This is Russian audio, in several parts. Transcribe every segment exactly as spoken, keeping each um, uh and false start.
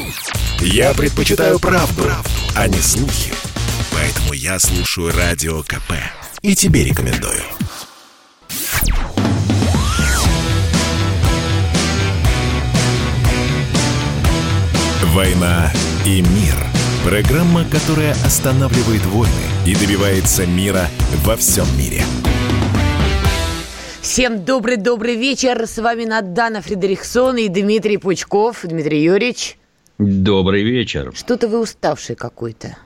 Я предпочитаю правду, правду, а не слухи. Поэтому я слушаю Радио КП. И тебе рекомендую. «Война и мир». Программа, которая останавливает войны и добивается мира во всем мире. Всем добрый-добрый вечер. С вами Надана Фридрихсон и Дмитрий Пучков. Дмитрий Юрьевич. Добрый вечер. Что-то вы уставший какой-то.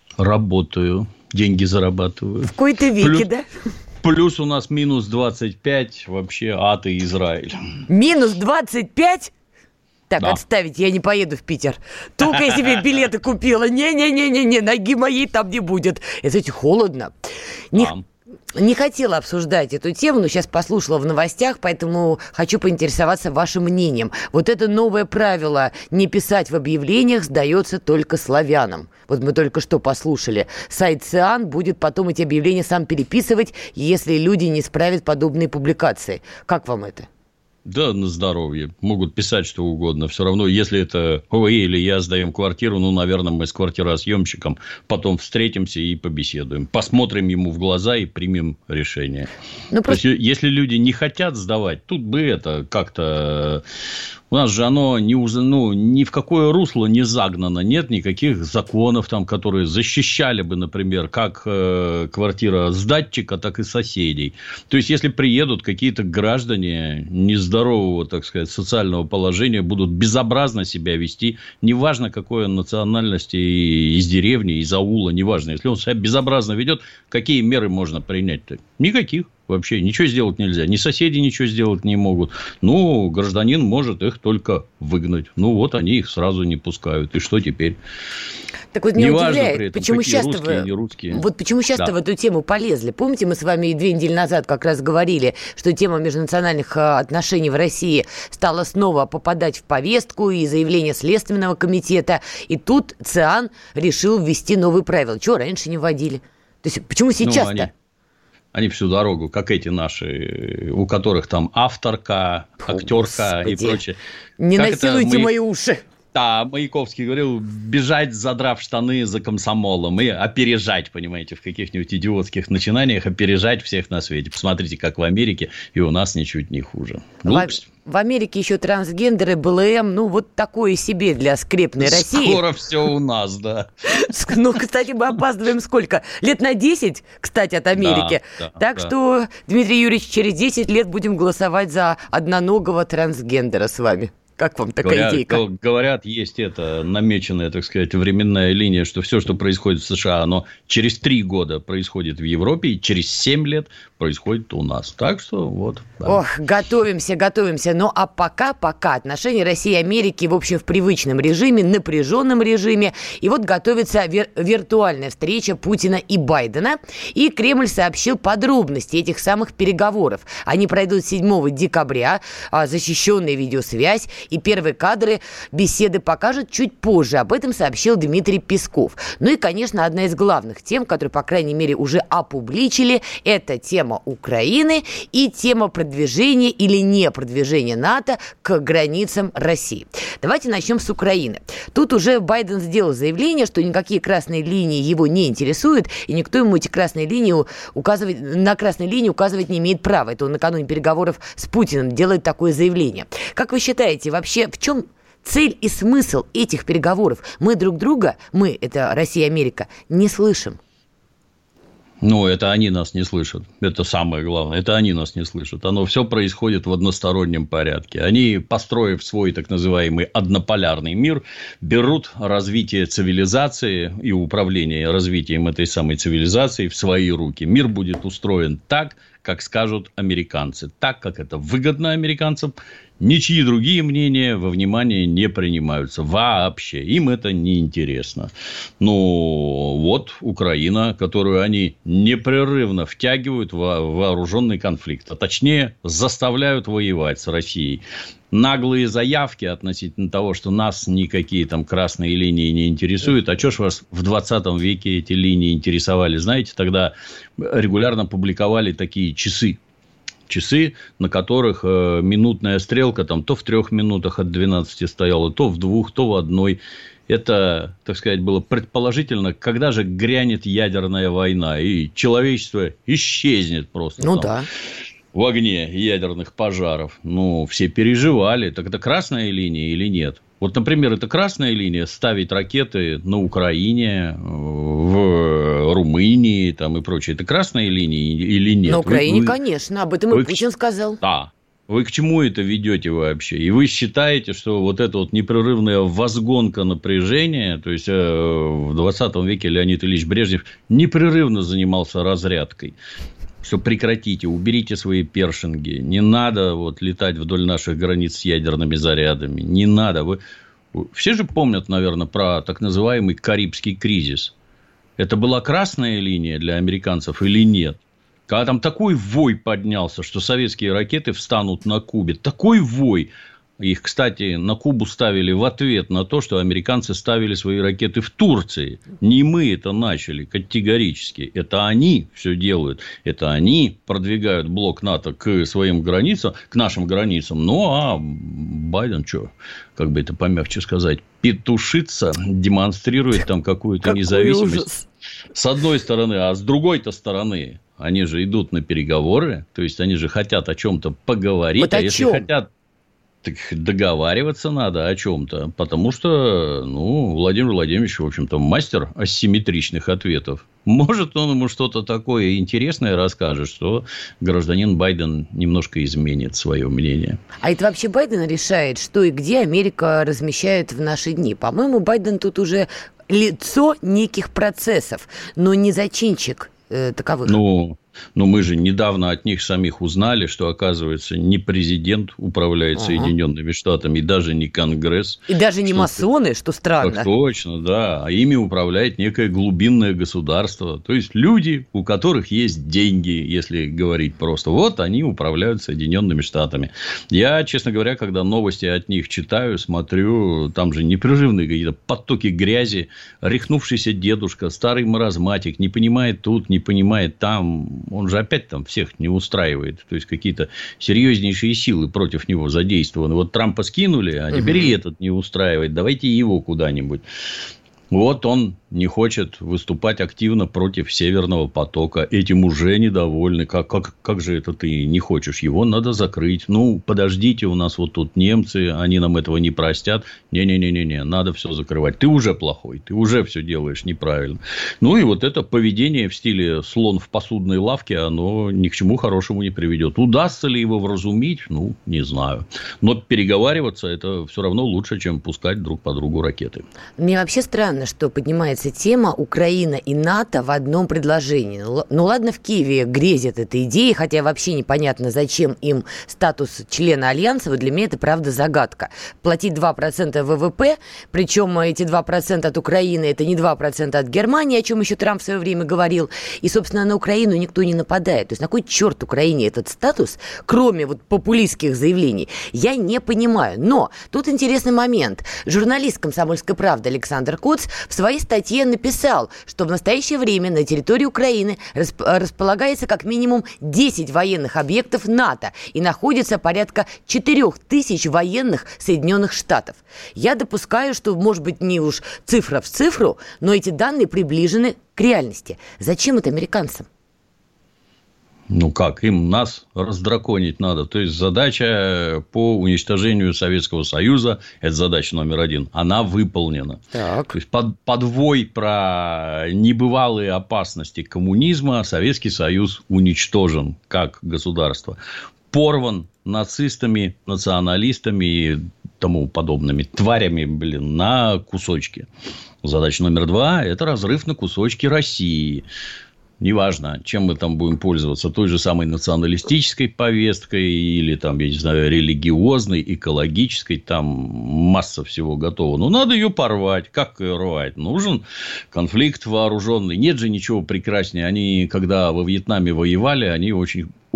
Работаю, деньги зарабатываю. В кои-то веки, плюс, да? Плюс у нас минус двадцать пять, вообще ад и Израиль. Минус двадцать пять? Так, да. Отставить, я не поеду в Питер. Только я себе билеты купила. Не-не-не-не-не, ноги моей там не будет. Это, знаете, холодно. Не... А. Не хотела обсуждать эту тему, но сейчас послушала в новостях, поэтому хочу поинтересоваться вашим мнением. Вот это новое правило не писать в объявлениях сдается только славянам. Вот мы только что послушали. Сайт ЦИАН будет потом эти объявления сам переписывать, если люди не справят подобные публикации. Как вам это? Да, на здоровье. Могут писать что угодно. Все равно, если это вы или я сдаем квартиру, ну, наверное, мы с квартиросъемщиком потом встретимся и побеседуем. Посмотрим ему в глаза и примем решение. Ну, просто... То есть, если люди не хотят сдавать, тут бы это как-то... У нас же оно не, ну, ни в какое русло не загнано. Нет никаких законов, там, которые защищали бы, например, как э, квартира с датчика, так и соседей. То есть, если приедут какие-то граждане нездорового, так сказать, социального положения, будут безобразно себя вести, неважно, какой он национальности, из деревни, из аула, неважно. Если он себя безобразно ведет, какие меры можно принять-то? Никаких. Вообще ничего сделать нельзя. Ни соседи ничего сделать не могут. Ну, гражданин может их только выгнать. Ну, вот они их сразу не пускают. И что теперь? Так вот, меня удивляет, этом, почему часто русские, вы... не русские. Вот почему часто да. в эту тему полезли. Помните, мы с вами две недели назад как раз говорили, что тема межнациональных отношений в России стала снова попадать в повестку и заявление Следственного комитета. И тут ЦИАН решил ввести новые правила. Чего раньше не вводили? То есть, почему сейчас-то? Ну, они... Они всю дорогу, как эти наши, у которых там авторка, актерка и прочее. Не как насилуйте мы... мои уши. Да, Маяковский говорил, бежать, задрав штаны за комсомолом, и опережать, понимаете, в каких-нибудь идиотских начинаниях, опережать всех на свете. Посмотрите, как в Америке, и у нас ничуть не хуже. Глупость. В, в Америке еще трансгендеры, БЛМ, ну, вот такое себе для скрепной России. Скоро все у нас, да. Ну, кстати, мы опаздываем сколько? Лет на десять, кстати, от Америки. Да, да, так да. что, Дмитрий Юрьевич, через десять лет будем голосовать за одноногого трансгендера с вами. Как вам такая говорят, идейка? Говорят, есть это намеченная, так сказать, временная линия, что все, что происходит в США, оно через три года происходит в Европе, и через семь лет происходит у нас. Так что вот. Да. Ох, готовимся, готовимся. Ну, а пока, пока отношения России и Америки, в общем, в привычном режиме, напряженном режиме. И вот готовится вир- виртуальная встреча Путина и Байдена. И Кремль сообщил подробности этих самых переговоров. Они пройдут седьмого декабря, а, защищенная видеосвязь. И первые кадры беседы покажут чуть позже. Об этом сообщил Дмитрий Песков. Ну и, конечно, одна из главных тем, которые, по крайней мере, уже опубличили, это тема Украины и тема продвижения или не продвижения НАТО к границам России. Давайте начнем с Украины. Тут уже Байден сделал заявление, что никакие красные линии его не интересуют, и никто ему эти красные линии указывать, на красные линии указывать не имеет права. Это он накануне переговоров с Путиным делает такое заявление. Как вы считаете, вообще в чем цель и смысл этих переговоров? Мы друг друга, мы, это Россия и Америка, не слышим. Ну, это они нас не слышат. Это самое главное. Это они нас не слышат. Оно все происходит в одностороннем порядке. Они, построив свой так называемый однополярный мир, берут развитие цивилизации и управление развитием этой самой цивилизации в свои руки. Мир будет устроен так, как скажут американцы. Так, как это выгодно американцам. Ничьи другие мнения во внимание не принимаются вообще. Им это не интересно. Ну, вот Украина, которую они непрерывно втягивают в вооруженный конфликт. А точнее, заставляют воевать с Россией. Наглые заявки относительно того, что нас никакие там красные линии не интересуют. А что ж вас в двадцатом веке эти линии интересовали? Знаете, тогда регулярно публиковали такие часы. часы, на которых э, минутная стрелка там то в трех минутах от двенадцати стояла, то в двух, то в одной. Это, так сказать, было предположительно, когда же грянет ядерная война, и человечество исчезнет просто. Ну там, да. в огне ядерных пожаров. Ну, все переживали. Так это красная линия или нет? Вот, например, это красная линия ставить ракеты на Украине, в Румынии там, и прочее. Это красная линия или нет? На Украине, вы, конечно. Об этом и Путин сказал. Да. Вы к чему это ведете вообще? И вы считаете, что вот эта вот непрерывная возгонка напряжения, то есть в двадцатом веке Леонид Ильич Брежнев непрерывно занимался разрядкой. Что прекратите, уберите свои першинги. Не надо вот летать вдоль наших границ с ядерными зарядами. Не надо. Вы... Все же помнят, наверное, про так называемый Карибский кризис. Это была красная линия для американцев или нет? Когда там такой вой поднялся, что советские ракеты встанут на Кубе. Такой вой. Их, кстати, на Кубу ставили в ответ на то, что американцы ставили свои ракеты в Турции. Не мы это начали категорически. Это они все делают. Это они продвигают блок НАТО к своим границам, к нашим границам. Ну, а Байден, что, как бы это помягче сказать, петушится, демонстрирует там какую-то независимость. С одной стороны, а с другой-то стороны, они же идут на переговоры. То есть, они же хотят о чем-то поговорить. Вот а о если чем? хотят... Так договариваться надо о чем-то, потому что, ну, Владимир Владимирович, в общем-то, мастер асимметричных ответов. Может, он ему что-то такое интересное расскажет, что гражданин Байден немножко изменит свое мнение. А это вообще Байден решает, что и где Америка размещает в наши дни? По-моему, Байден тут уже лицо неких процессов, но не зачинщик э, таковых. Ну... Но мы же недавно от них самих узнали, что, оказывается, не президент управляет ага. Соединенными Штатами, и даже не Конгресс. И даже не что масоны, что странно. Так точно, да. А ими управляет некое глубинное государство. То есть, люди, у которых есть деньги, если говорить просто. Вот они управляют Соединенными Штатами. Я, честно говоря, когда новости от них читаю, смотрю, там же непрерывные какие-то потоки грязи. Рехнувшийся дедушка, старый маразматик, не понимает тут, не понимает там. Он же опять там всех не устраивает. То есть, какие-то серьезнейшие силы против него задействованы. Вот Трампа скинули, а теперь и этот не устраивает. Давайте его куда-нибудь. Вот он не хочет выступать активно против Северного потока. Этим уже недовольны. Как, как, как же это ты не хочешь? Его надо закрыть. Ну, подождите, у нас вот тут немцы, они нам этого не простят. Не-не-не-не, надо все закрывать. Ты уже плохой, ты уже все делаешь неправильно. Ну, и вот это поведение в стиле слон в посудной лавке, оно ни к чему хорошему не приведет. Удастся ли его вразумить? Ну, не знаю. Но переговариваться это все равно лучше, чем пускать друг по другу ракеты. Мне вообще странно, что поднимается тема Украина и НАТО в одном предложении. Ну ладно, в Киеве грезят этой идеей, хотя вообще непонятно, зачем им статус члена Альянса. Вот для меня это, правда, загадка. Платить два процента ВВП, причем эти два процента от Украины, это не два процента от Германии, о чем еще Трамп в свое время говорил. И, собственно, на Украину никто не нападает. То есть, на кой черт Украине этот статус, кроме вот популистских заявлений, я не понимаю. Но тут интересный момент. Журналист «Комсомольской правды» Александр Коц в своей статье написал, что в настоящее время на территории Украины расп- располагается как минимум десять военных объектов НАТО и находится порядка четырех тысяч военных Соединенных Штатов. Я допускаю, что, может быть, не уж цифра в цифру, но эти данные приближены к реальности. Зачем это американцам? Ну как, им нас раздраконить надо. То есть, задача по уничтожению Советского Союза, это задача номер один, она выполнена. Так. То есть, под, подвой про небывалые опасности коммунизма Советский Союз уничтожен как государство. Порван нацистами, националистами и тому подобными тварями, блин, на кусочки. Задача номер два – это разрыв на кусочки России. Неважно, чем мы там будем пользоваться, той же самой националистической повесткой или, там, я не знаю, религиозной, экологической, там масса всего готова. Но надо ее порвать. Как ее рвать? Нужен конфликт вооруженный. Нет же ничего прекраснее. Они, когда во Вьетнаме воевали, они очень,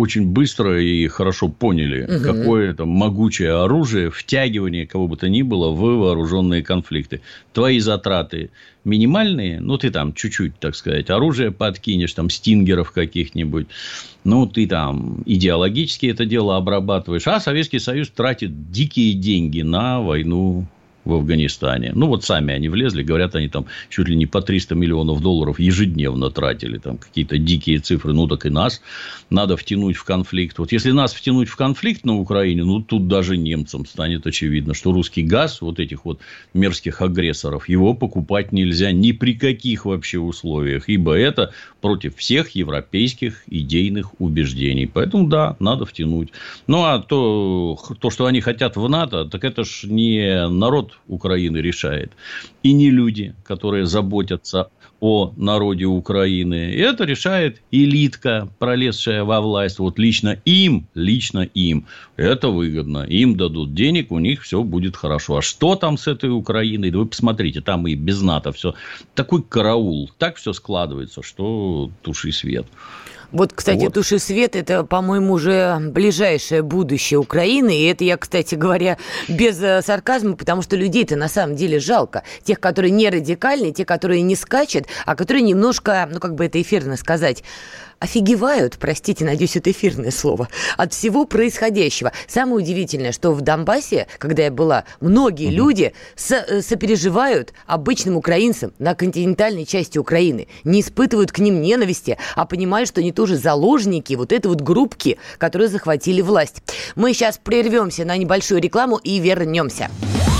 очень быстро и хорошо поняли, угу. какое это могучее оружие, втягивание кого бы то ни было в вооруженные конфликты. Твои затраты минимальные, ну, ты там чуть-чуть, так сказать, оружие подкинешь, там, стингеров каких-нибудь, ну, ты там идеологически это дело обрабатываешь, а Советский Союз тратит дикие деньги на войну в Афганистане. Ну, вот сами они влезли, говорят, они там чуть ли не по триста миллионов долларов ежедневно тратили, там какие-то дикие цифры, ну, так и нас надо втянуть в конфликт. Вот если нас втянуть в конфликт на Украине, ну, тут даже немцам станет очевидно, что русский газ, вот этих вот мерзких агрессоров, его покупать нельзя ни при каких вообще условиях, ибо это против всех европейских идейных убеждений. Поэтому, да, надо втянуть. Ну, а то, то что они хотят в НАТО, так это ж не народ Украины решает. И не люди, которые заботятся о народе Украины. И это решает элитка, пролезшая во власть. Вот лично им, лично им это выгодно. Им дадут денег, у них все будет хорошо. А что там с этой Украиной? Да вы посмотрите, там и без НАТО все. Такой караул. Так все складывается, что туши свет. Вот, кстати, вот. «Туши свет» – это, по-моему, уже ближайшее будущее Украины. И это я, кстати говоря, без сарказма, потому что людей-то на самом деле жалко. Тех, которые не радикальные, те, которые не скачут, а которые немножко, ну, как бы это эфирно сказать, офигевают, простите, надеюсь, это эфирное слово, от всего происходящего. Самое удивительное, что в Донбассе, когда я была, многие угу. люди со- сопереживают обычным украинцам на континентальной части Украины, не испытывают к ним ненависти, а понимают, что они тоже заложники вот этой вот группки, которые захватили власть. Мы сейчас прервемся на небольшую рекламу и вернемся.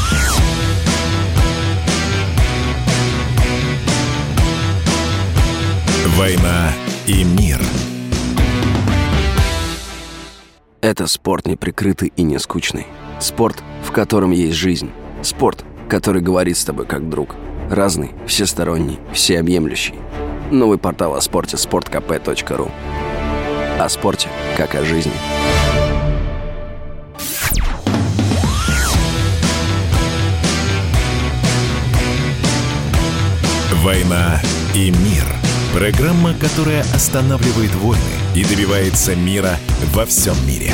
«Война и мир». Это спорт неприкрытый и не скучный. Спорт, в котором есть жизнь. Спорт, который говорит с тобой как друг. Разный, всесторонний, всеобъемлющий. Новый портал о спорте – спорт кей пи точка ру. О спорте, как о жизни. «Война и мир». Программа, которая останавливает войны и добивается мира во всем мире.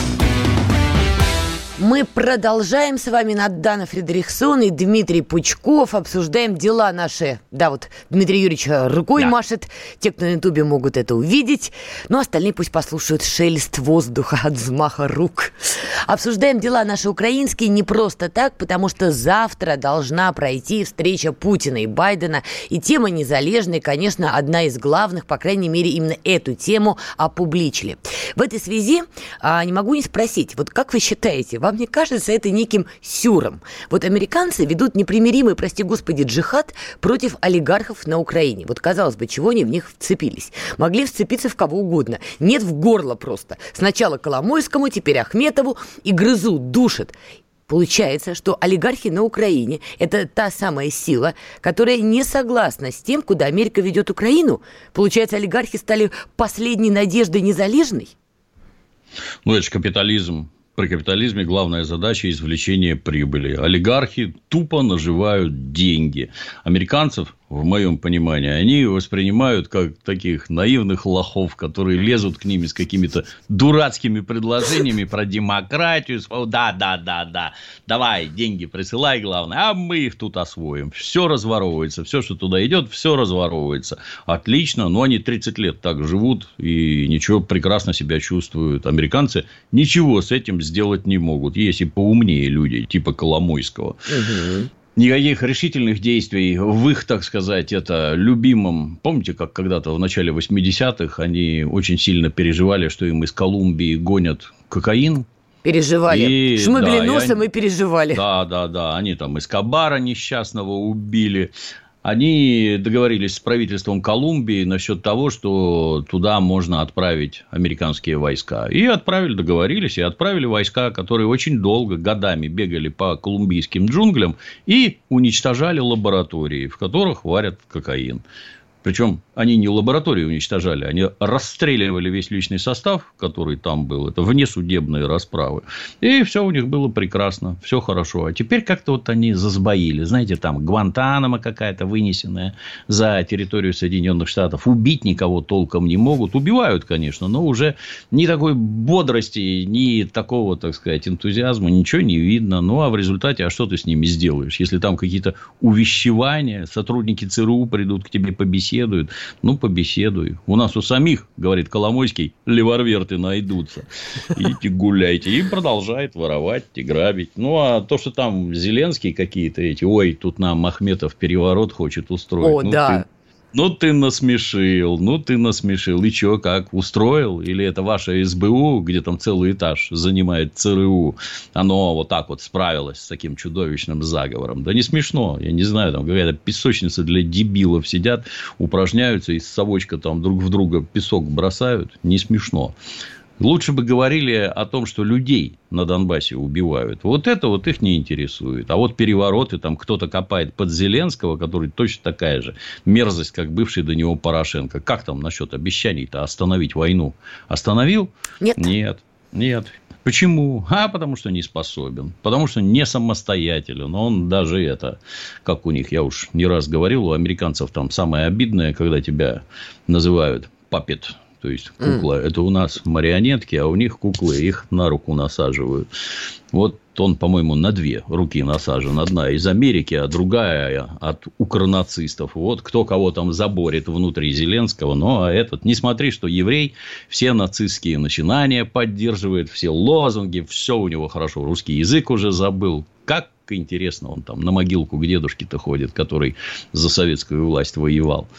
Мы продолжаем. С вами Надана Фридрихсон и Дмитрий Пучков. Обсуждаем дела наши. Да, вот Дмитрий Юрьевич рукой да. машет. Те, кто на Ютубе, могут это увидеть. Но остальные пусть послушают шелест воздуха от взмаха рук. Обсуждаем дела наши украинские не просто так, потому что завтра должна пройти встреча Путина и Байдена. И тема незалежная, конечно, одна из главных. По крайней мере, именно эту тему опубличили. В этой связи а, не могу не спросить. Вот как вы считаете, вам не кажется это неким сюром? Вот американцы ведут непримиримый, прости господи, джихад против олигархов на Украине. Вот, казалось бы, чего они в них вцепились? Могли вцепиться в кого угодно. Нет, в горло просто. Сначала Коломойскому, теперь Ахметову. И грызут, душат. Получается, что олигархи на Украине – это та самая сила, которая не согласна с тем, куда Америка ведет Украину. Получается, олигархи стали последней надеждой незалежной? Ну, это же капитализм. При капитализме главная задача – извлечение прибыли. Олигархи тупо наживают деньги. Американцев, в моем понимании, они воспринимают как таких наивных лохов, которые лезут к ним с какими-то дурацкими предложениями про демократию. Да, да, да, да. Давай, деньги присылай, главное. А мы их тут освоим. Все разворовывается. Все, что туда идет, все разворовывается. Отлично. Но они тридцать лет так живут и ничего, прекрасно себя чувствуют. Американцы ничего с этим сделать не могут. Есть и поумнее люди, типа Коломойского. Угу. Никаких решительных действий в их, так сказать, это любимом. Помните, как когда-то в начале восьмидесятых они очень сильно переживали, что им из Колумбии гонят кокаин? Переживали. И, Шмыгли да, носом и, и переживали. Да, да, да. Они там Эскобара несчастного убили. Они договорились с правительством Колумбии насчет того, что туда можно отправить американские войска. И отправили, договорились, и отправили войска, которые очень долго, годами бегали по колумбийским джунглям и уничтожали лаборатории, в которых варят кокаин. Причем они не лабораторию уничтожали, они расстреливали весь личный состав, который там был. Это внесудебные расправы. И все у них было прекрасно, все хорошо. А теперь как-то вот они засбоили. Знаете, там Гуантанамо какая-то вынесенная за территорию Соединенных Штатов. Убить никого толком не могут. Убивают, конечно, но уже ни такой бодрости, ни такого, так сказать, энтузиазма, ничего не видно. Ну, а в результате, а что ты с ними сделаешь? Если там какие-то увещевания, сотрудники ЦРУ придут к тебе побеседовать, ну, побеседуй. У нас у самих, говорит Коломойский, леворверты найдутся. Идите гуляйте. И продолжает воровать и грабить. Ну, а то, что там Зеленский какие-то эти, ой, тут нам Ахметов переворот хочет устроить. О, ну, да. Ты... Ну, ты насмешил, ну, ты насмешил. И что, как, устроил? Или это ваше СБУ, где там целый этаж занимает ЦРУ, оно вот так вот справилось с таким чудовищным заговором? Да не смешно. Я не знаю, там какая-то песочница для дебилов сидят, упражняются, из совочка там друг в друга песок бросают. Не смешно. Лучше бы говорили о том, что людей на Донбассе убивают. Вот это вот их не интересует. А вот перевороты, там кто-то копает под Зеленского, который точно такая же мерзость, как бывший до него Порошенко. Как там насчет обещаний-то остановить войну? Остановил? Нет. Нет. Нет. Почему? А потому что не способен. Потому что не самостоятелен. Он даже это, как у них, я уж не раз говорил, у американцев там самое обидное, когда тебя называют папет. То есть, кукла, mm. это у нас марионетки, а у них куклы, их на руку насаживают. Вот он, по-моему, на две руки насажен. Одна из Америки, а другая от укронацистов. Вот кто кого там заборет внутри Зеленского. Ну, а этот, не смотри, что еврей все нацистские начинания поддерживает, все лозунги, все у него хорошо. Русский язык уже забыл. Как интересно, он там на могилку к дедушке-то ходит, который за советскую власть воевал.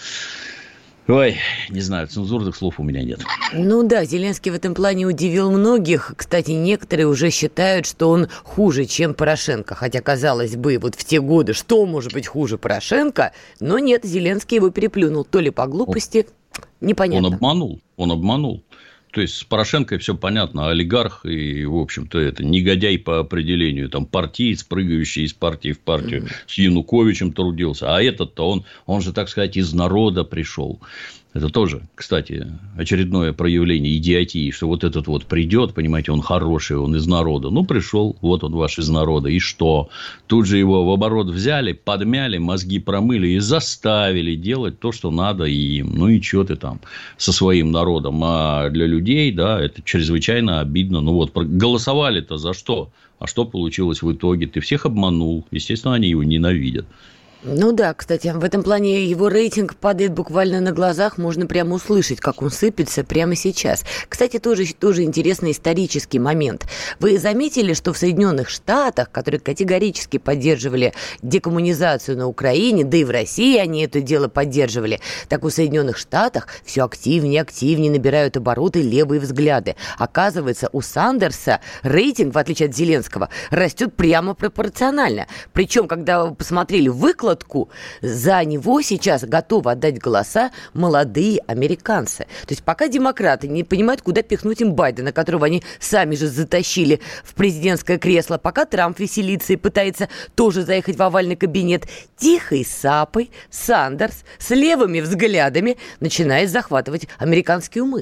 Ой, не знаю, цензурных слов у меня нет. Ну да, Зеленский в этом плане удивил многих. Кстати, некоторые уже считают, что он хуже, чем Порошенко. Хотя, казалось бы, вот в те годы, что может быть хуже Порошенко? Но нет, Зеленский его переплюнул. То ли по глупости, непонятно. Он обманул, он обманул. То есть, с Порошенко все понятно, олигарх и, в общем-то, это негодяй по определению. Там партиец, прыгающий из партии в партию, mm-hmm. с Януковичем трудился. А этот-то, он, он же, так сказать, из народа пришел. Это тоже, кстати, очередное проявление идиотии, что вот этот вот придет, понимаете, он хороший, он из народа. Ну, пришел, вот он ваш из народа. И что? Тут же его в оборот взяли, подмяли, мозги промыли и заставили делать то, что надо им. Ну, и что ты там со своим народом? А для людей, да, это чрезвычайно обидно. Ну, вот, голосовали-то за что? А что получилось в итоге? Ты всех обманул. Естественно, они его ненавидят. Ну да, кстати, в этом плане его рейтинг падает буквально на глазах, можно прямо услышать, как он сыпется прямо сейчас. Кстати, тоже, тоже интересный исторический момент. Вы заметили, что в Соединенных Штатах, которые категорически поддерживали декоммунизацию на Украине, да и в России они это дело поддерживали, так в Соединенных Штатах все активнее и активнее набирают обороты левые взгляды. Оказывается, у Сандерса рейтинг, в отличие от Зеленского, растет прямо пропорционально. Причем, когда вы посмотрели выкладку, за него сейчас готовы отдать голоса молодые американцы. То есть, пока демократы не понимают, куда пихнуть им Байдена, которого они сами же затащили в президентское кресло, пока Трамп веселится и пытается тоже заехать в овальный кабинет, тихой сапой Сандерс с левыми взглядами начинает захватывать американские умы.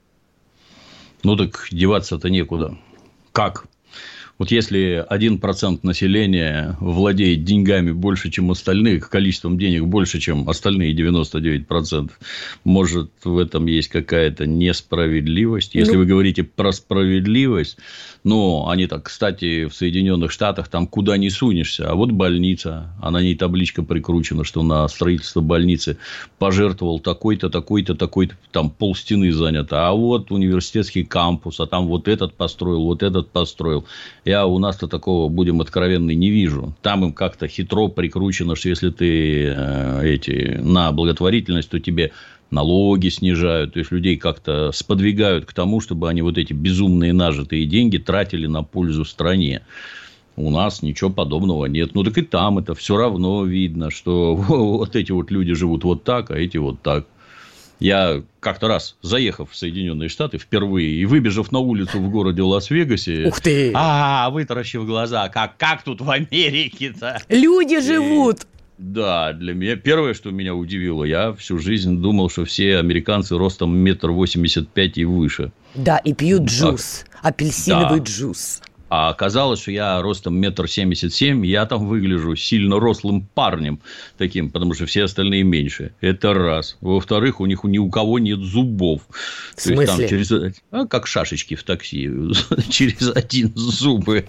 Ну, так деваться-то некуда. Как? Вот если один процент населения владеет деньгами больше, чем остальных, количеством денег больше, чем остальные девяносто девять процентов, может, в этом есть какая-то несправедливость? Если ну... вы говорите про справедливость, ну, они так, кстати, в Соединенных Штатах там куда ни сунешься. А вот больница, а на ней табличка прикручена, что на строительство больницы пожертвовал такой-то, такой-то, такой-то, там полстены занято. А вот университетский кампус, а там вот этот построил, вот этот построил. Я у нас-то такого, будем откровенны, не вижу. Там им как-то хитро прикручено, что если ты э, эти, на благотворительность, то тебе налоги снижают. То есть, людей как-то сподвигают к тому, чтобы они вот эти безумные нажитые деньги тратили на пользу стране. У нас ничего подобного нет. Ну, так и там это все равно видно, что вот эти вот люди живут вот так, а эти вот так. Я как-то раз, заехав в Соединенные Штаты впервые и выбежав на улицу в городе Лас-Вегасе, ух ты! А, вытаращив глаза, как, как тут в Америке-то? Люди живут! Да, для меня первое, что меня удивило, я всю жизнь думал, что все американцы ростом метр восемьдесят пять и выше. Да, и пьют джус, а, апельсиновый да. джус. А оказалось, что я ростом метр семьдесят семь, я там выгляжу сильно рослым парнем таким, потому что все остальные меньше. Это раз. Во-вторых, у них ни у кого нет зубов. В смысле? То есть, там через... а, как шашечки в такси. Через один зубы.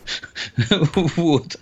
Вот.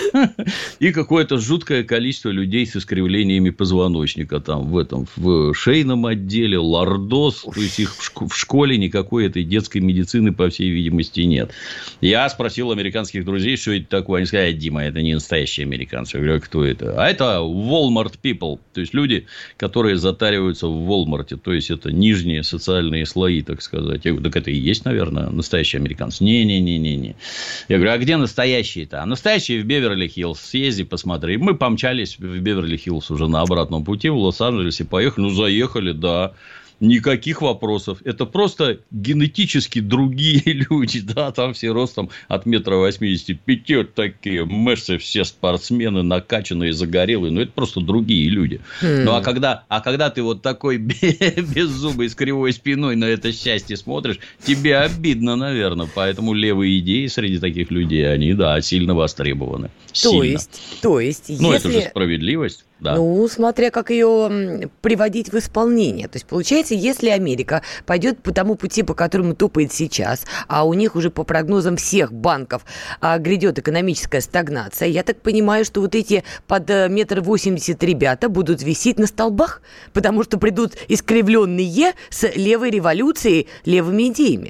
И какое-то жуткое количество людей с искривлениями позвоночника. Там в этом, в шейном отделе, лордоз. То есть, их в школе никакой этой детской медицины, по всей видимости, нет. Я спросил американских друзей, что это такое. Они сказали: Дима, это не настоящие американцы. Я говорю: кто это? А это Walmart people. То есть, люди, которые затариваются в Walmart. То есть, это нижние социальные слои, так сказать. Я говорю: так это и есть, наверное, настоящие американцы. Не-не-не-не-не. Я говорю: а где настоящие-то? А настоящие в Беверли-Хиллз. Съезди, посмотри. Мы помчались в Беверли-Хиллз уже на обратном пути в Лос-Анджелесе. Поехали. Ну, заехали, да. Никаких вопросов. Это просто генетически другие люди. Да, там все ростом от метра восьмидесяти пяти. Вот такие мышцы, все спортсмены, накачанные, загорелые. Но это просто другие люди. Mm. Ну, а когда, а когда ты вот такой беззубый, с кривой спиной на это счастье смотришь, тебе обидно, наверное. Поэтому левые идеи среди таких людей, они, да, сильно востребованы. То сильно. есть, то есть, ну, если... это же справедливость. Да. Ну, смотря как ее приводить в исполнение. То есть, получается, если Америка пойдет по тому пути, по которому топает сейчас, а у них уже по прогнозам всех банков а, грядет экономическая стагнация, я так понимаю, что вот эти под метр восемьдесят ребята будут висеть на столбах, потому что придут искривленные с левой революцией, левыми идеями.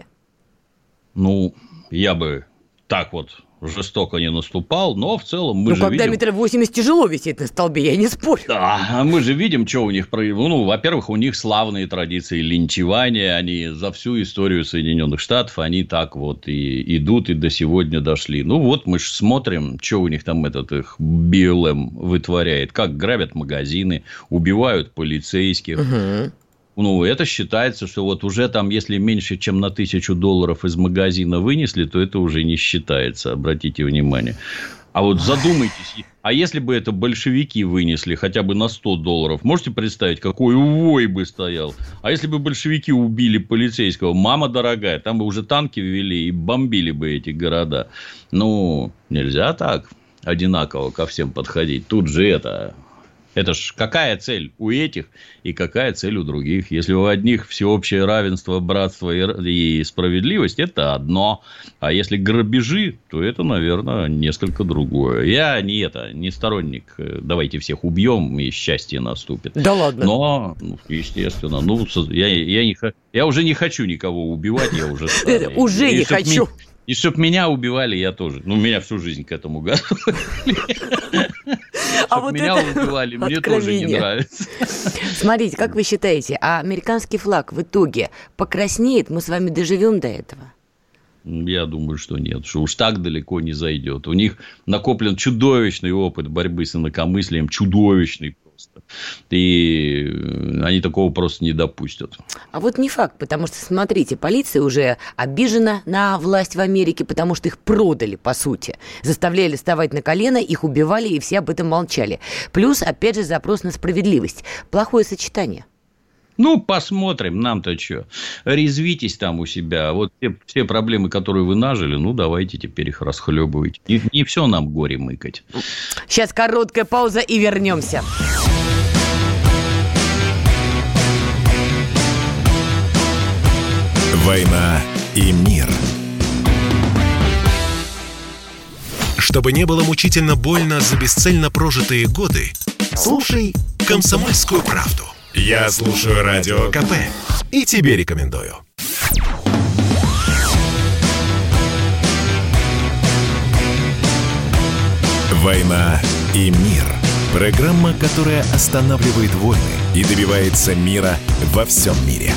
Ну, я бы так вот жестоко не наступал, но в целом мы ну, же когда видим... метр восемьдесят тяжело висеть на столбе, я не спорю. Да, мы же видим, что у них... Ну, во-первых, у них славные традиции линчевания, они за всю историю Соединенных Штатов, они так вот и идут, и до сегодня дошли. Ну, вот мы же смотрим, что у них там этот их би эл эм вытворяет, как грабят магазины, убивают полицейских. Угу. Ну, это считается, что вот уже там, если меньше, чем на тысячу долларов из магазина вынесли, то это уже не считается, обратите внимание. А вот задумайтесь, а если бы это большевики вынесли хотя бы на сто долларов, можете представить, какой вой бы стоял? А если бы большевики убили полицейского, мама дорогая, там бы уже танки ввели и бомбили бы эти города. Ну, нельзя так одинаково ко всем подходить. Тут же это... Это ж какая цель у этих и какая цель у других? Если у одних всеобщее равенство, братство и справедливость, это одно. А если грабежи, то это, наверное, несколько другое. Я не это, не сторонник. Давайте всех убьем, и счастье наступит. Да ладно. Но, ну, естественно, ну, я, я, не, я уже не хочу никого убивать, я уже старый. Уже не хочу. И чтоб меня убивали, я тоже. Ну, меня всю жизнь к этому готовили. А вот меня убивали, мне тоже не нравится. Смотрите, как вы считаете, а американский флаг в итоге покраснеет? Мы с вами доживем до этого? Я думаю, что нет, что уж так далеко не зайдет. У них накоплен чудовищный опыт борьбы с инакомыслием, чудовищный просто. И они такого просто не допустят. А вот не факт, потому что, смотрите, полиция уже обижена на власть в Америке, потому что их продали, по сути. Заставляли вставать на колено, их убивали, и все об этом молчали. Плюс, опять же, запрос на справедливость. Плохое сочетание. Ну, посмотрим, нам-то что. Резвитесь там у себя. Вот все, все проблемы, которые вы нажили, ну, давайте теперь их расхлебывайте. Не, не все нам горе мыкать. Сейчас короткая пауза и вернемся. «Война и мир». Чтобы не было мучительно больно за бесцельно прожитые годы, слушай «Комсомольскую правду». Я слушаю Радио ка пэ и тебе рекомендую. «Война и мир». Программа, которая останавливает войны и добивается мира во всем мире.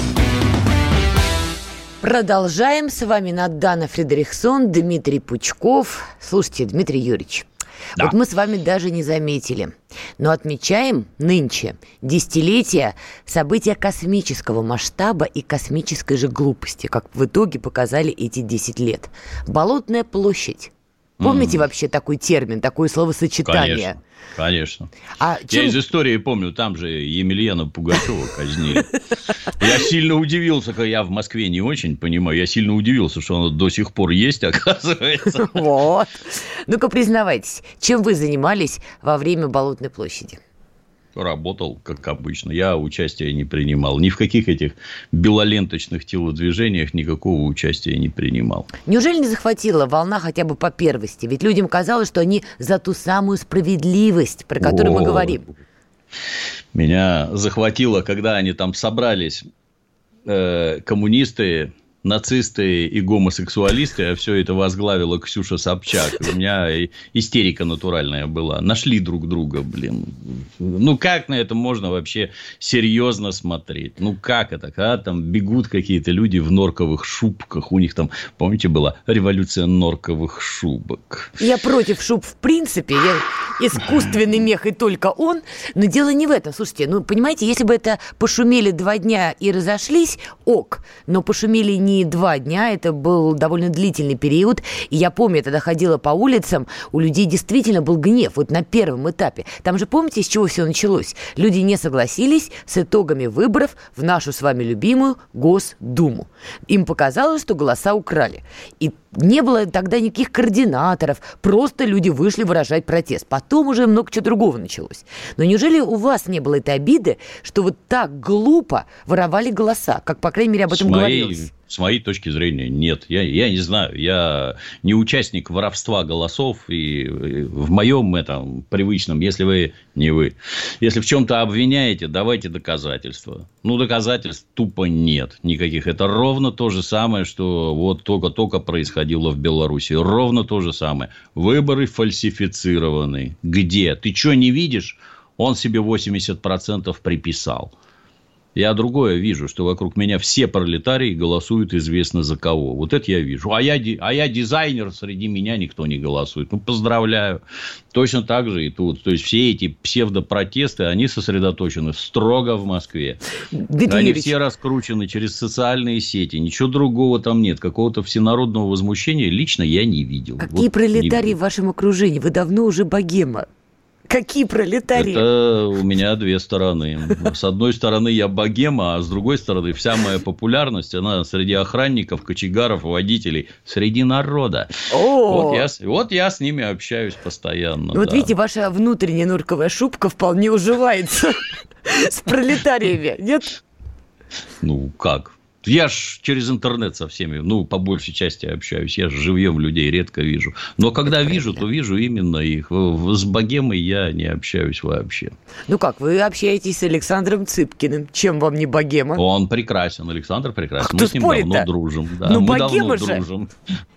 Продолжаем. С вами Надана Фридрихсон, Дмитрий Пучков. Слушайте, Дмитрий Юрьевич, да. Вот мы с вами даже не заметили, но отмечаем нынче десятилетие события космического масштаба и космической же глупости, как в итоге показали эти десять лет. Болотная площадь. Помните mm. вообще такой термин, такое словосочетание? Конечно. Конечно. А чем... Я из истории помню, там же Емельяна Пугачева казнили. Я сильно удивился, когда я в Москве не очень понимаю, я сильно удивился, что оно до сих пор есть, оказывается. Вот. Ну-ка, признавайтесь, чем вы занимались во время Болотной площади? Работал, как обычно. Я участия не принимал. Ни в каких этих белоленточных телодвижениях никакого участия не принимал. Неужели не захватила волна хотя бы по первости? Ведь людям казалось, что они за ту самую справедливость, про которую О, мы говорим. Меня захватило, когда они там собрались, э, коммунисты, нацисты и гомосексуалисты, а все это возглавила Ксюша Собчак. У меня истерика натуральная была. Нашли друг друга, блин. Ну, как на это можно вообще серьезно смотреть? Ну, как это? Когда там бегут какие-то люди в норковых шубках. У них там, помните, была революция норковых шубок. Я против шуб в принципе. Я искусственный мех и только он. Но дело не в этом. Слушайте, ну, понимаете, если бы это пошумели два дня и разошлись, ок. Но пошумели не Не два дня, это был довольно длительный период. И я помню, я тогда ходила по улицам, у людей действительно был гнев, вот на первом этапе. Там же помните, с чего все началось? Люди не согласились с итогами выборов в нашу с вами любимую Госдуму. Им показалось, что голоса украли. И не было тогда никаких координаторов, просто люди вышли выражать протест. Потом уже много чего другого началось. Но неужели у вас не было этой обиды, что вот так глупо воровали голоса, как, по крайней мере, об этом с моей, говорилось? С моей точки зрения, нет. Я, я не знаю, я не участник воровства голосов, и в моем этом привычном, если вы, не вы, если в чем-то обвиняете, давайте доказательства. Ну, доказательств тупо нет никаких. Это ровно то же самое, что вот только-только происходило в Беларуси. Ровно то же самое. Выборы фальсифицированы. Где? Ты что, не видишь? Он себе восемьдесят процентов приписал. Я другое вижу, что вокруг меня все пролетарии голосуют известно за кого. Вот это я вижу. А я, а я дизайнер, среди меня никто не голосует. Ну, поздравляю. Точно так же и тут. То есть, все эти псевдопротесты, они сосредоточены строго в Москве. Дмитрий они Юрьевич. Все раскручены через социальные сети. Ничего другого там нет. Какого-то всенародного возмущения лично я не видел. Какие вот пролетарии в вашем окружении? Вы давно уже богема. Какие пролетарии? Это у меня две стороны. С одной стороны, я богема, а с другой стороны, вся моя популярность, она среди охранников, кочегаров, водителей, среди народа. Вот я, вот я с ними общаюсь постоянно. Вот да. Видите, ваша внутренняя норковая шубка вполне уживается с пролетариями, нет? Ну, как? Я ж через интернет со всеми, ну, по большей части общаюсь. Я же живьем людей редко вижу. Но когда вижу, то вижу именно их. С богемой я не общаюсь вообще. Ну как, вы общаетесь с Александром Цыпкиным. Чем вам не богема? Он прекрасен, Александр прекрасен. А мы с ним спорит-то? давно дружим. Да, ну, мы богема давно же. дружим.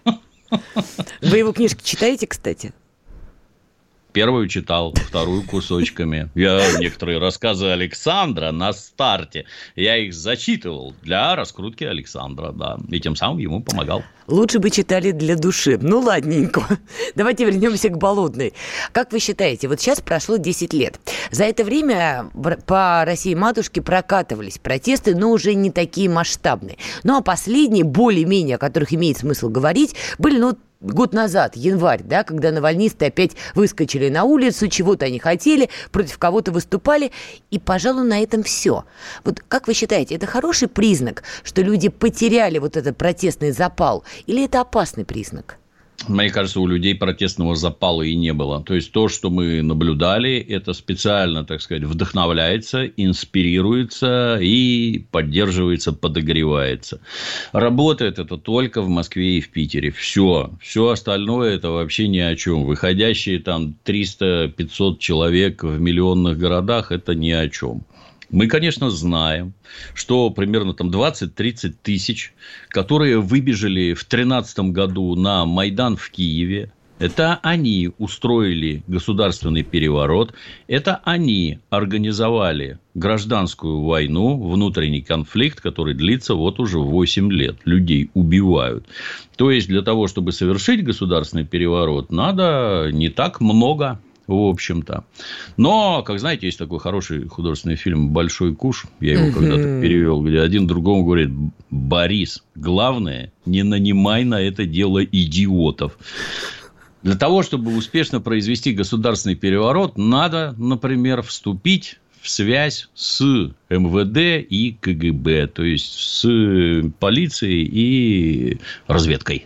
Вы его книжки читаете, кстати? Первую читал, вторую кусочками. Я некоторые рассказы Александра на старте, я их зачитывал для раскрутки Александра, да. И тем самым ему помогал. Лучше бы читали для души. Ну, ладненько. Давайте вернемся к Болотной. Как вы считаете, вот сейчас прошло десять лет. За это время по России-матушке прокатывались протесты, но уже не такие масштабные. Ну, а последние, более-менее, о которых имеет смысл говорить, были, ну, год назад, январь, да, когда навальнисты опять выскочили на улицу, чего-то они хотели, против кого-то выступали, и, пожалуй, на этом все. Вот как вы считаете, это хороший признак, что люди потеряли вот этот протестный запал, или это опасный признак? Мне кажется, у людей протестного запала и не было. То есть, то, что мы наблюдали, это специально, так сказать, вдохновляется, инспирируется и поддерживается, подогревается. Работает это только в Москве и в Питере. Все. Все остальное это вообще ни о чем. Выходящие там триста-пятьсот человек в миллионных городах это ни о чем. Мы, конечно, знаем, что примерно там двадцать-тридцать тысяч, которые выбежали в две тысячи тринадцатом году на Майдан в Киеве, это они устроили государственный переворот, это они организовали гражданскую войну, внутренний конфликт, который длится вот уже восемь лет. Людей убивают. То есть, для того, чтобы совершить государственный переворот, надо не так много. В общем-то. Но, как знаете, есть такой хороший художественный фильм «Большой куш». Я его когда-то перевел, где один другому говорит: Борис, главное, не нанимай на это дело идиотов. Для того, чтобы успешно произвести государственный переворот, надо, например, вступить в связь с эм вэ дэ и ка гэ бэ, то есть с полицией и разведкой.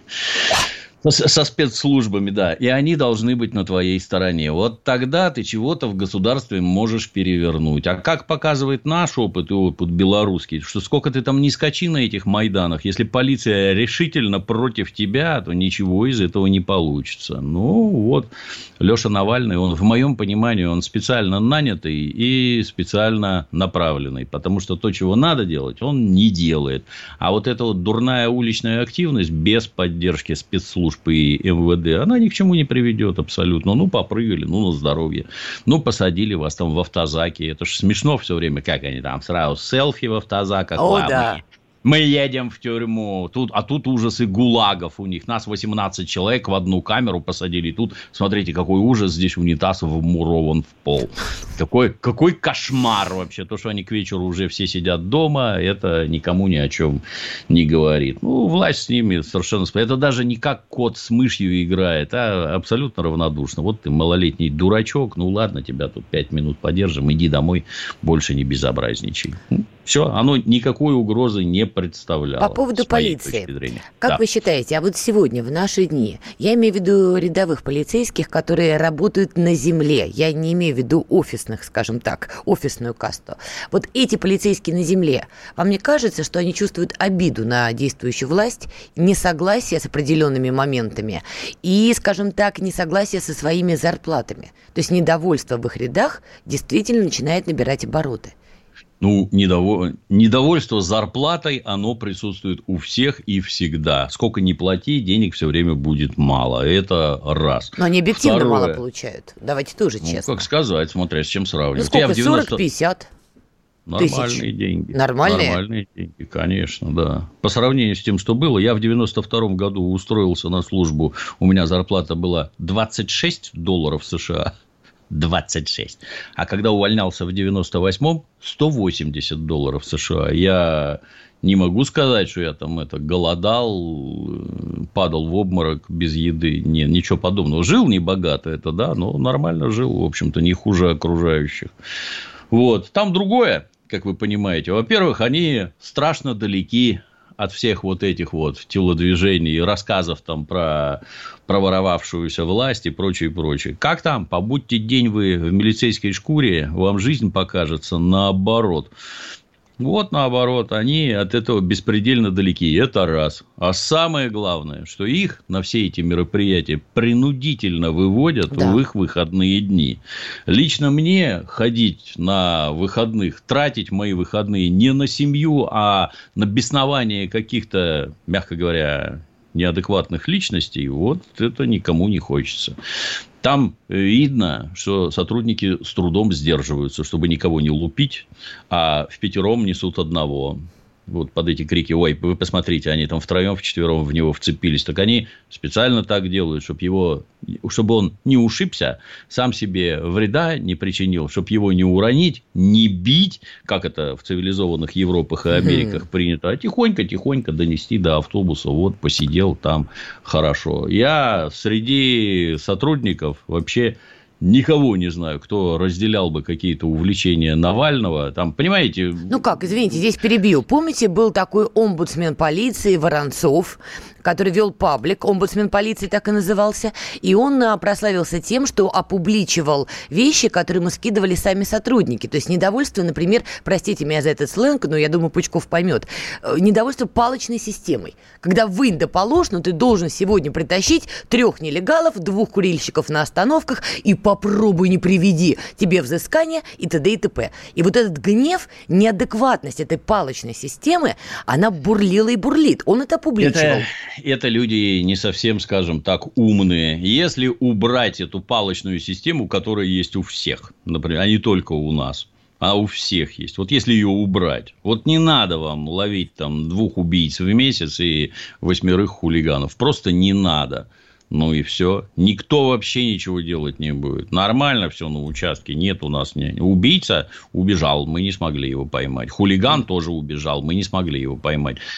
Со спецслужбами, да. И они должны быть на твоей стороне. Вот тогда ты чего-то в государстве можешь перевернуть. А как показывает наш опыт и опыт белорусский, что сколько ты там не скачи на этих майданах, если полиция решительно против тебя, то ничего из этого не получится. Ну, вот, Леша Навальный, он, в моем понимании, он специально нанятый и специально направленный. Потому что то, чего надо делать, он не делает. А вот эта вот дурная уличная активность без поддержки спецслужб и эм вэ дэ, она ни к чему не приведет абсолютно. Ну, попрыгали, ну, на здоровье. Ну, посадили вас там в автозаке. Это ж смешно все время, как они там сразу селфи в автозаках. О, да. Мы едем в тюрьму, тут, а тут ужасы гулагов у них. Нас восемнадцать человек в одну камеру посадили. Тут, смотрите, какой ужас, здесь унитаз вмурован в пол. Какой, какой кошмар вообще. То, что они к вечеру уже все сидят дома, это никому ни о чем не говорит. Ну, власть с ними совершенно... Это даже не как кот с мышью играет, а абсолютно равнодушно. Вот ты малолетний дурачок, ну, ладно, тебя тут пять минут подержим, иди домой, больше не безобразничай. Все, оно никакой угрозы не представляло. По поводу полиции. Как да. вы считаете, а вот сегодня, в наши дни, я имею в виду рядовых полицейских, которые работают на земле, я не имею в виду офисных, скажем так, офисную касту. Вот эти полицейские на земле, вам не кажется, что они чувствуют обиду на действующую власть, несогласие с определенными моментами и, скажем так, несогласие со своими зарплатами? То есть недовольство в их рядах действительно начинает набирать обороты. Ну, недоволь... недовольство зарплатой, оно присутствует у всех и всегда. Сколько ни плати, денег все время будет мало. Это раз. Но они объективно Второе... мало получают. Давайте тоже честно. Ну, как сказать, смотря с чем сравнивать. Ну, сколько? сорок-пятьдесят Нормальные тысяч. деньги. Нормальные? Нормальные деньги, конечно, да. По сравнению с тем, что было, я в девяносто втором году устроился на службу. У меня зарплата была двадцать шесть долларов США. двадцать шесть. А когда увольнялся в девяносто восьмом, сто восемьдесят долларов США. Я не могу сказать, что я там это голодал, падал в обморок без еды. Нет, ничего подобного. Жил небогато, это да, но нормально жил, в общем-то, не хуже окружающих. Вот. Там другое, как вы понимаете. Во-первых, они страшно далеки от всех вот этих вот телодвижений, рассказов там про проворовавшуюся власть и прочее, прочее. Как там? Побудьте день вы в милицейской шкуре, вам жизнь покажется наоборот. Вот наоборот, они от этого беспредельно далеки. Это раз. А самое главное, что их на все эти мероприятия принудительно выводят да. в их выходные дни. Лично мне ходить на выходных, тратить мои выходные не на семью, а на беснование каких-то, мягко говоря, неадекватных личностей, вот это никому не хочется. Там видно, что сотрудники с трудом сдерживаются, чтобы никого не лупить, а впятером несут одного. Вот под эти крики, ой, вы посмотрите, они там втроем, вчетвером в него вцепились. Так они специально так делают, чтобы его, чтобы он не ушибся, сам себе вреда не причинил, чтобы его не уронить, не бить, как это в цивилизованных Европах и Америках mm-hmm. принято, а тихонько-тихонько донести до автобуса. Вот, посидел там хорошо. Я среди сотрудников вообще... Никого не знаю, кто разделял бы какие-то увлечения Навального. Там, понимаете... Ну как, извините, здесь перебью. Помните, был такой омбудсмен полиции Воронцов, который вел паблик, омбудсмен полиции так и назывался, и он прославился тем, что опубличивал вещи, которые мы скидывали сами сотрудники. То есть, недовольство, например, простите меня за этот сленг, но я думаю, Пучков поймет, недовольство палочной системой. Когда в Индо-Положну ты должен сегодня притащить трех нелегалов, двух курильщиков на остановках и попробуй не приведи тебе взыскание и т.д. и т.п. И вот этот гнев, неадекватность этой палочной системы, она бурлила и бурлит. Он это опубличивал. Это, это люди не совсем, скажем так, умные. Если убрать эту палочную систему, которая есть у всех, например, а не только у нас, а у всех есть. Вот если ее убрать, вот не надо вам ловить там двух убийц в месяц и восьмерых хулиганов. Просто не надо. Ну и все. Никто вообще ничего делать не будет. Нормально все на участке. Нет у нас... Не... Убийца убежал. Мы не смогли его поймать. Хулиган тоже убежал. Мы не смогли его поймать.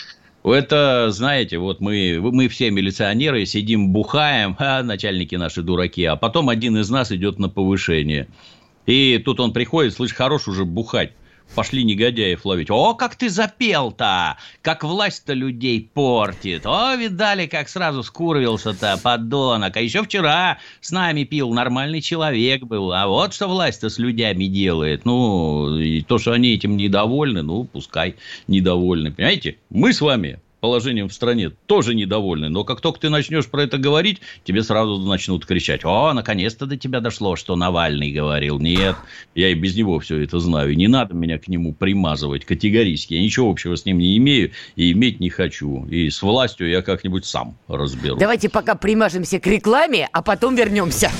Это, знаете, вот мы, мы все милиционеры сидим, бухаем, а начальники наши дураки, а потом один из нас идет на повышение. И тут он приходит, слышь, хорош уже бухать. Пошли негодяев ловить. О, как ты запел-то! Как власть-то людей портит! О, видали, как сразу скурвился-то, подонок! А еще вчера с нами пил, нормальный человек был. А вот что власть-то с людьми делает. Ну, и то, что они этим недовольны, ну, пускай недовольны. Понимаете? Мы с вами положением в стране тоже недовольны. Но как только ты начнешь про это говорить, тебе сразу начнут кричать: о, наконец-то до тебя дошло, что Навальный говорил. Нет, я и без него все это знаю. Не надо меня к нему примазывать категорически. Я ничего общего с ним не имею и иметь не хочу. И с властью я как-нибудь сам разберусь. Давайте пока примажемся к рекламе, а потом вернемся.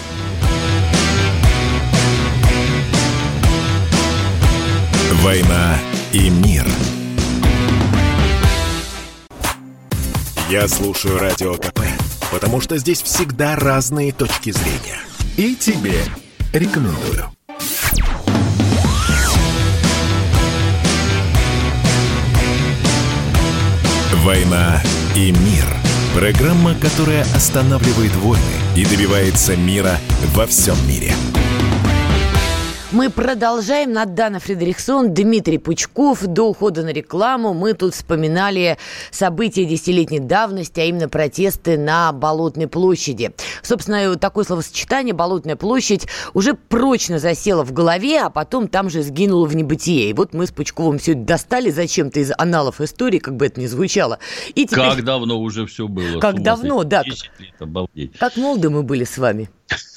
«Война и мир». Я слушаю Радио КП, потому что здесь всегда разные точки зрения. И тебе рекомендую. «Война и мир». Программа, которая останавливает войны и добивается мира во всем мире. Мы продолжаем. Надана Фредериксон, Дмитрий Пучков. До ухода на рекламу мы тут вспоминали события десятилетней давности, а именно протесты на Болотной площади. Собственно, такое словосочетание «Болотная площадь» уже прочно засело в голове, а потом там же сгинуло в небытие. И вот мы с Пучковым все это достали зачем-то из аналов истории, как бы это ни звучало. И теперь... Как давно уже все было? Как давно, да. десять лет, обалдеть. Как молоды мы были с вами.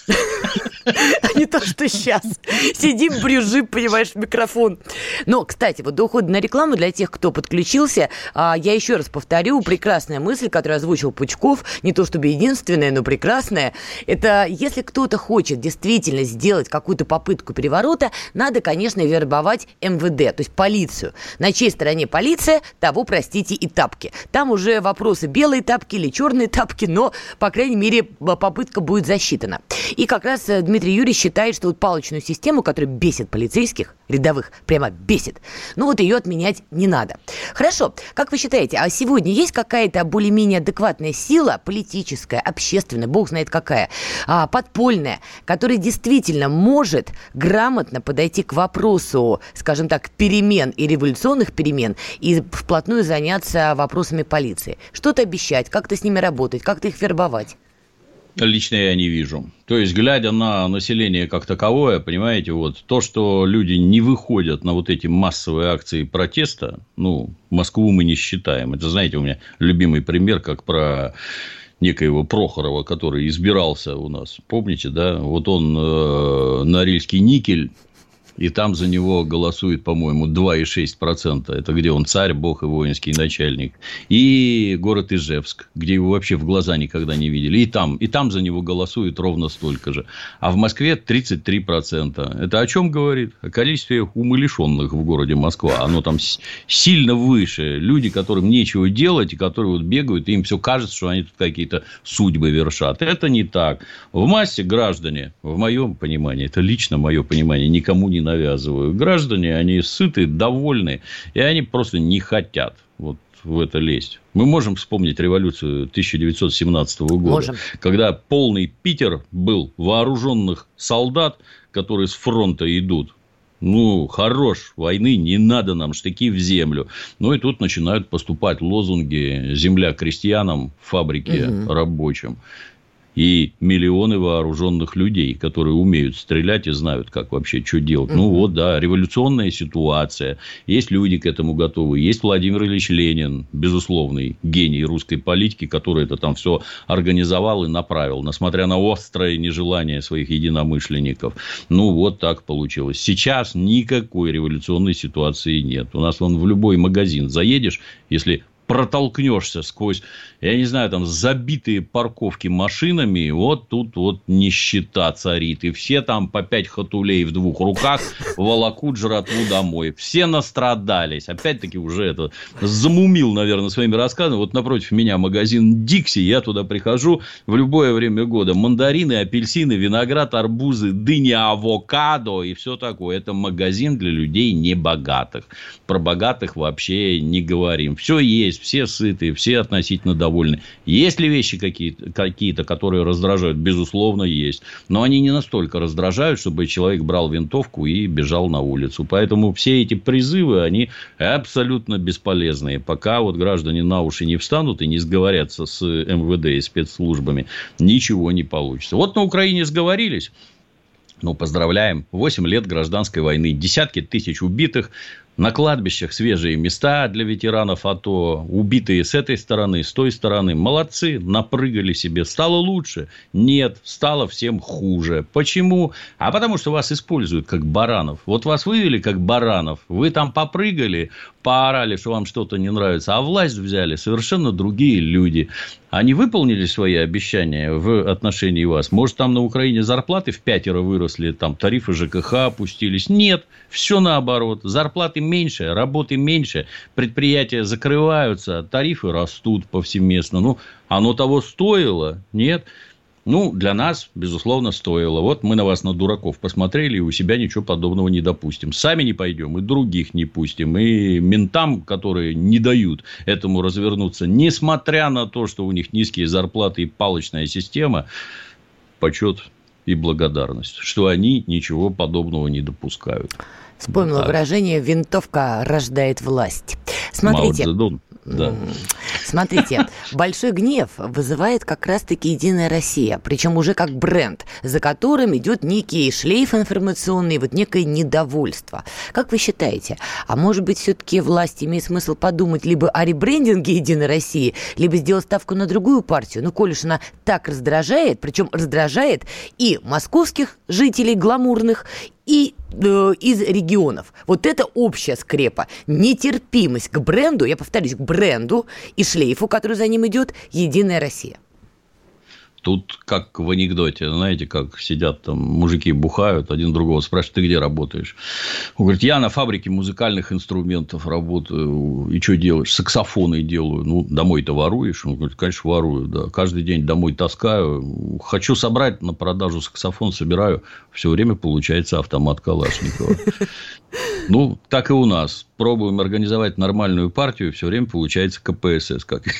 А не то, что сейчас. Сидим, брюзжим, понимаешь, в микрофон. Но, кстати, вот до ухода на рекламу, для тех, кто подключился, я еще раз повторю, прекрасная мысль, которую озвучил Пучков, не то чтобы единственная, но прекрасная, это если кто-то хочет действительно сделать какую-то попытку переворота, надо, конечно, вербовать эм вэ дэ, то есть полицию. На чьей стороне полиция, того, простите, и тапки. Там уже вопросы: белые тапки или черные тапки, но, по крайней мере, попытка будет засчитана. И как раз Дмитрий Юрьевич считает, что вот палочную систему, которая бесит полицейских, рядовых, прямо бесит, ну вот ее отменять не надо. Хорошо, как вы считаете, а сегодня есть какая-то более-менее адекватная сила, политическая, общественная, бог знает какая, а, подпольная, которая действительно может грамотно подойти к вопросу, скажем так, перемен и революционных перемен и вплотную заняться вопросами полиции? Что-то обещать, как-то с ними работать, как-то их вербовать? Лично я не вижу. То есть, глядя на население как таковое, понимаете, вот то, что люди не выходят на вот эти массовые акции протеста, ну, Москву мы не считаем. Это, знаете, у меня любимый пример, как про некоего Прохорова, который избирался у нас. Помните, да? Вот он э, Норильский никель. И там за него голосует, по-моему, два целых шесть десятых процента. Это где он царь, бог и воинский начальник. И город Ижевск, где его вообще в глаза никогда не видели. И там, и там за него голосует ровно столько же. А в Москве тридцать три процента. Это о чем говорит? О количестве умалишенных в городе Москва. Оно там сильно выше. Люди, которым нечего делать, и которые вот бегают, и им все кажется, что они тут какие-то судьбы вершат. Это не так. В массе граждане, в моем понимании, это лично мое понимание, никому не навязываю. Граждане, они сыты, довольны, и они просто не хотят вот в это лезть. Мы можем вспомнить революцию тысяча девятьсот семнадцатого года, можем. Когда полный Питер был вооруженных солдат, которые с фронта идут. Ну, хорош, войны не надо нам, штыки в землю. Ну, и тут начинают поступать лозунги: земля крестьянам, фабрики угу. рабочим. И миллионы вооруженных людей, которые умеют стрелять и знают, как вообще что делать. Mm-hmm. Ну, вот, да, революционная ситуация. Есть люди к этому готовы. Есть Владимир Ильич Ленин, безусловный гений русской политики, который это там все организовал и направил, несмотря на острое нежелание своих единомышленников. Ну, вот так получилось. Сейчас никакой революционной ситуации нет. У нас вон в любой магазин заедешь, если протолкнешься сквозь, я не знаю, там забитые парковки машинами, вот тут вот нищета царит. И все там по пять хатулей в двух руках волокут жратву домой. Все настрадались. Опять-таки уже это замумил, наверное, своими рассказами. Вот напротив меня магазин Дикси. Я туда прихожу в любое время года. Мандарины, апельсины, виноград, арбузы, дыни, авокадо и все такое. Это магазин для людей небогатых. Про богатых вообще не говорим. Все есть. есть, все сыты, все относительно довольны. Есть ли вещи какие-то, какие-то, которые раздражают? Безусловно, есть. Но они не настолько раздражают, чтобы человек брал винтовку и бежал на улицу. Поэтому все эти призывы, они абсолютно бесполезные. Пока вот граждане на уши не встанут и не сговорятся с эм вэ дэ и спецслужбами, ничего не получится. Вот на Украине сговорились. Ну, поздравляем. восемь лет гражданской войны. Десятки тысяч убитых. На кладбищах свежие места для ветеранов АТО. Убитые с этой стороны, с той стороны. Молодцы. Напрыгали себе. Стало лучше? Нет. Стало всем хуже. Почему? А потому что вас используют как баранов. Вот вас вывели как баранов. Вы там попрыгали, поорали, что вам что-то не нравится. А власть взяли совершенно другие люди. Они выполнили свои обещания в отношении вас? Может, там на Украине зарплаты в пятеро выросли, там тарифы ЖКХ опустились? Нет, все наоборот. Зарплаты меньше, работы меньше, предприятия закрываются, тарифы растут повсеместно. Ну, оно того стоило? Нет. Ну, для нас, безусловно, стоило. Вот мы на вас, на дураков, посмотрели, и у себя ничего подобного не допустим. Сами не пойдем, и других не пустим. И ментам, которые не дают этому развернуться, несмотря на то, что у них низкие зарплаты и палочная система, почет и благодарность, что они ничего подобного не допускают. Вспомнила вот выражение «винтовка рождает власть». Смотрите. Мао Цзэдун. Да. Смотрите, большой гнев вызывает как раз-таки «Единая Россия», причем уже как бренд, за которым идет некий шлейф информационный, вот некое недовольство. Как вы считаете, а может быть, все-таки власть имеет смысл подумать либо о ребрендинге «Единой России», либо сделать ставку на другую партию? Ну, коль уж она так раздражает, причем раздражает и московских жителей гламурных, и э, из регионов. Вот это общая скрепа. Нетерпимость к бренду, я повторюсь, к бренду и шлейфу, который за ним идет, «Единая Россия». Тут как в анекдоте, знаете, как сидят там мужики бухают, один другого спрашивает: ты где работаешь? Он говорит: я на фабрике музыкальных инструментов работаю. И что делаешь? Саксофоны делаю. Ну, домой-то воруешь? Он говорит: конечно, ворую, да. Каждый день домой таскаю. Хочу собрать на продажу саксофон, собираю. Все время получается автомат Калашникова. Ну, так и у нас. Пробуем организовать нормальную партию, все время получается ка пэ эс эс. Как...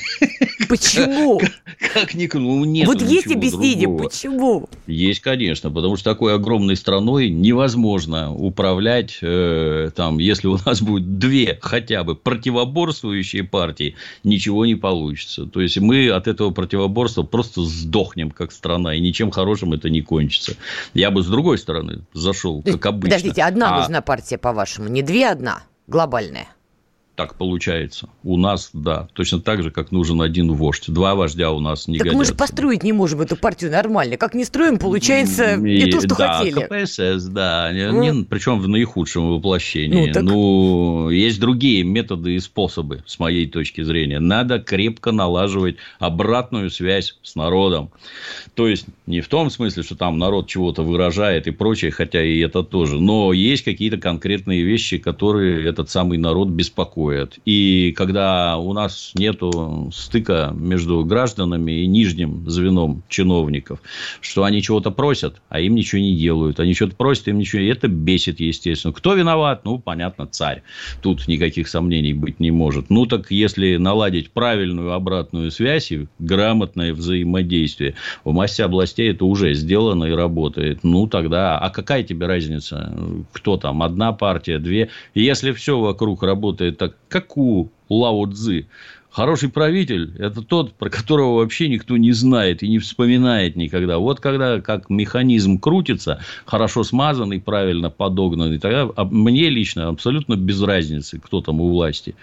Почему? Как, как ни... ну, нет вот есть объяснение, другого. Почему? Есть, конечно, потому что такой огромной страной невозможно управлять, э, там, если у нас будет две хотя бы противоборствующие партии, ничего не получится. То есть, мы от этого противоборства просто сдохнем как страна, и ничем хорошим это не кончится. Я бы с другой стороны зашел, как обычно. Подождите, одна а... нужна партия, по-вашему, не две, одна? Глобальная. Так получается. У нас, да. Точно так же, как нужен один вождь. Два вождя у нас не так годятся. Мы же построить не можем эту партию нормально. Как не строим, получается не и, то, что да, хотели. ка пэ эс эс, да. Ну, не, причем в наихудшем воплощении. Ну, так... ну, есть другие методы и способы, с моей точки зрения. Надо крепко налаживать обратную связь с народом. То есть, не в том смысле, что там народ чего-то выражает и прочее, хотя и это тоже. Но есть какие-то конкретные вещи, которые этот самый народ беспокоят. И когда у нас нету стыка между гражданами и нижним звеном чиновников, что они чего-то просят, а им ничего не делают. Они что-то просят, им ничего. И это бесит, естественно. Кто виноват? Ну, понятно, царь. Тут никаких сомнений быть не может. Ну, так если наладить правильную обратную связь и грамотное взаимодействие, в массе областей это уже сделано и работает. Ну, тогда, а какая тебе разница? Кто там? Одна партия, две? И если все вокруг работает так, как у Лао Цзы. Хороший правитель – это тот, про которого вообще никто не знает и не вспоминает никогда. Вот когда как механизм крутится, хорошо смазанный, правильно подогнанный, тогда мне лично абсолютно без разницы, кто там у власти.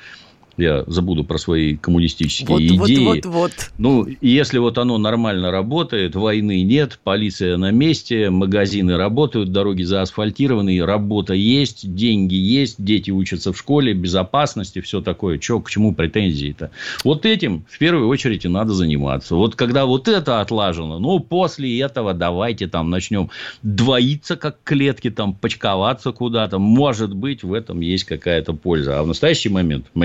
Я забуду про свои коммунистические вот, идеи. Вот, вот, вот. Ну, если вот оно нормально работает, войны нет, полиция на месте, магазины работают, дороги заасфальтированы, работа есть, деньги есть, дети учатся в школе, безопасности, все такое. Че, к чему претензии-то? Вот этим в первую очередь и надо заниматься. Вот когда вот это отлажено, ну, после этого давайте там начнем двоиться, как клетки, там, почковаться куда-то. Может быть, в этом есть какая-то польза. А в настоящий момент мне так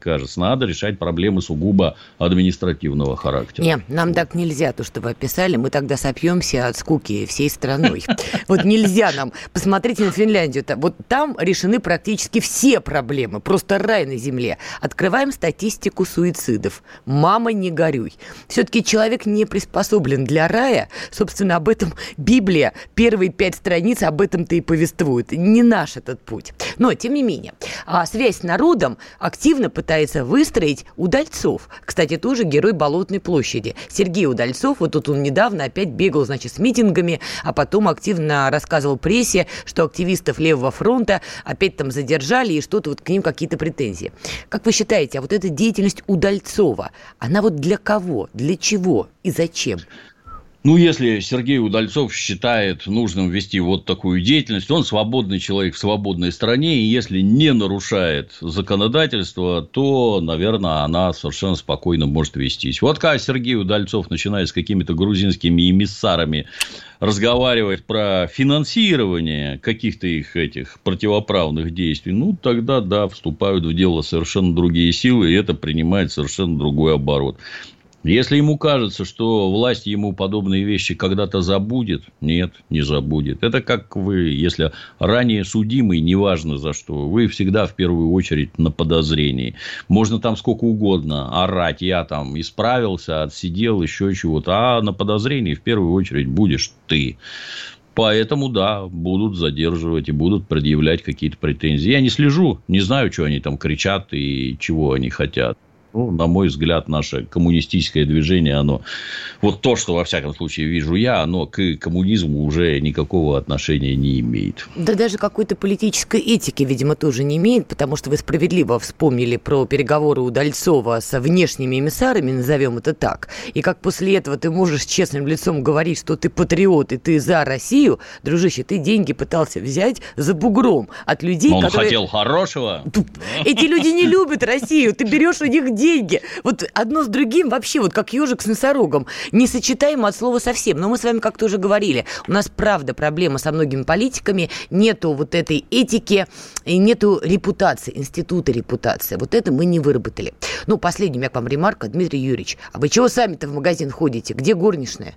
кажется. Надо решать проблемы сугубо административного характера. Не, нам так нельзя, то, что вы описали. Мы тогда сопьемся от скуки всей страной. Вот нельзя нам. Посмотрите на Финляндию. Вот там решены практически все проблемы. Просто рай на земле. Открываем статистику суицидов. Мама, не горюй. Все-таки человек не приспособлен для рая. Собственно, об этом Библия, первые пять страниц об этом-то и повествует. Не наш этот путь. Но, тем не менее, связь с народом активно пытается выстроить Удальцов. Кстати, тоже герой Болотной площади. Сергей Удальцов, вот тут он недавно опять бегал, значит, с митингами, а потом активно рассказывал прессе, что активистов Левого фронта опять там задержали и что-то вот к ним какие-то претензии. Как вы считаете, а вот эта деятельность Удальцова, она вот для кого, для чего и зачем? Ну, если Сергей Удальцов считает нужным вести вот такую деятельность, он свободный человек в свободной стране, и если не нарушает законодательство, то, наверное, она совершенно спокойно может вестись. Вот когда Сергей Удальцов начинает с какими-то грузинскими эмиссарами разговаривать про финансирование каких-то их этих противоправных действий, ну, тогда, да, вступают в дело совершенно другие силы, и это принимает совершенно другой оборот. Если ему кажется, что власть ему подобные вещи когда-то забудет, нет, не забудет. Это как вы, если ранее судимый, неважно за что, вы всегда в первую очередь на подозрении. Можно там сколько угодно орать, я там исправился, отсидел, еще чего-то, а на подозрении в первую очередь будешь ты. Поэтому, да, будут задерживать и будут предъявлять какие-то претензии. Я не слежу, не знаю, что они там кричат и чего они хотят. Ну, на мой взгляд, наше коммунистическое движение, оно, вот то, что, во всяком случае, вижу я, оно к коммунизму уже никакого отношения не имеет. Да даже какой-то политической этики, видимо, тоже не имеет, потому что вы справедливо вспомнили про переговоры Удальцова со внешними эмиссарами, назовем это так, и как после этого ты можешь с честным лицом говорить, что ты патриот и ты за Россию, дружище, ты деньги пытался взять за бугром от людей, Но он которые... хотел хорошего. Эти люди не любят Россию, ты берешь у них деньги. Вот одно с другим вообще, вот как ежик с носорогом, несочетаемо от слова совсем. Но мы с вами как-то уже говорили, у нас правда проблема со многими политиками, нету вот этой этики, и нету репутации, института репутации. Вот это мы не выработали. Ну, последняя у меня к вам ремарка, Дмитрий Юрьевич, а вы чего сами-то в магазин ходите? Где горничная?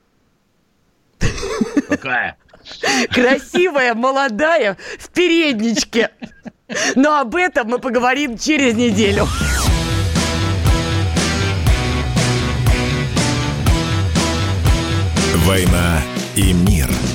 Какая? Красивая, молодая, в передничке. Но об этом мы поговорим через неделю. «Война и мир».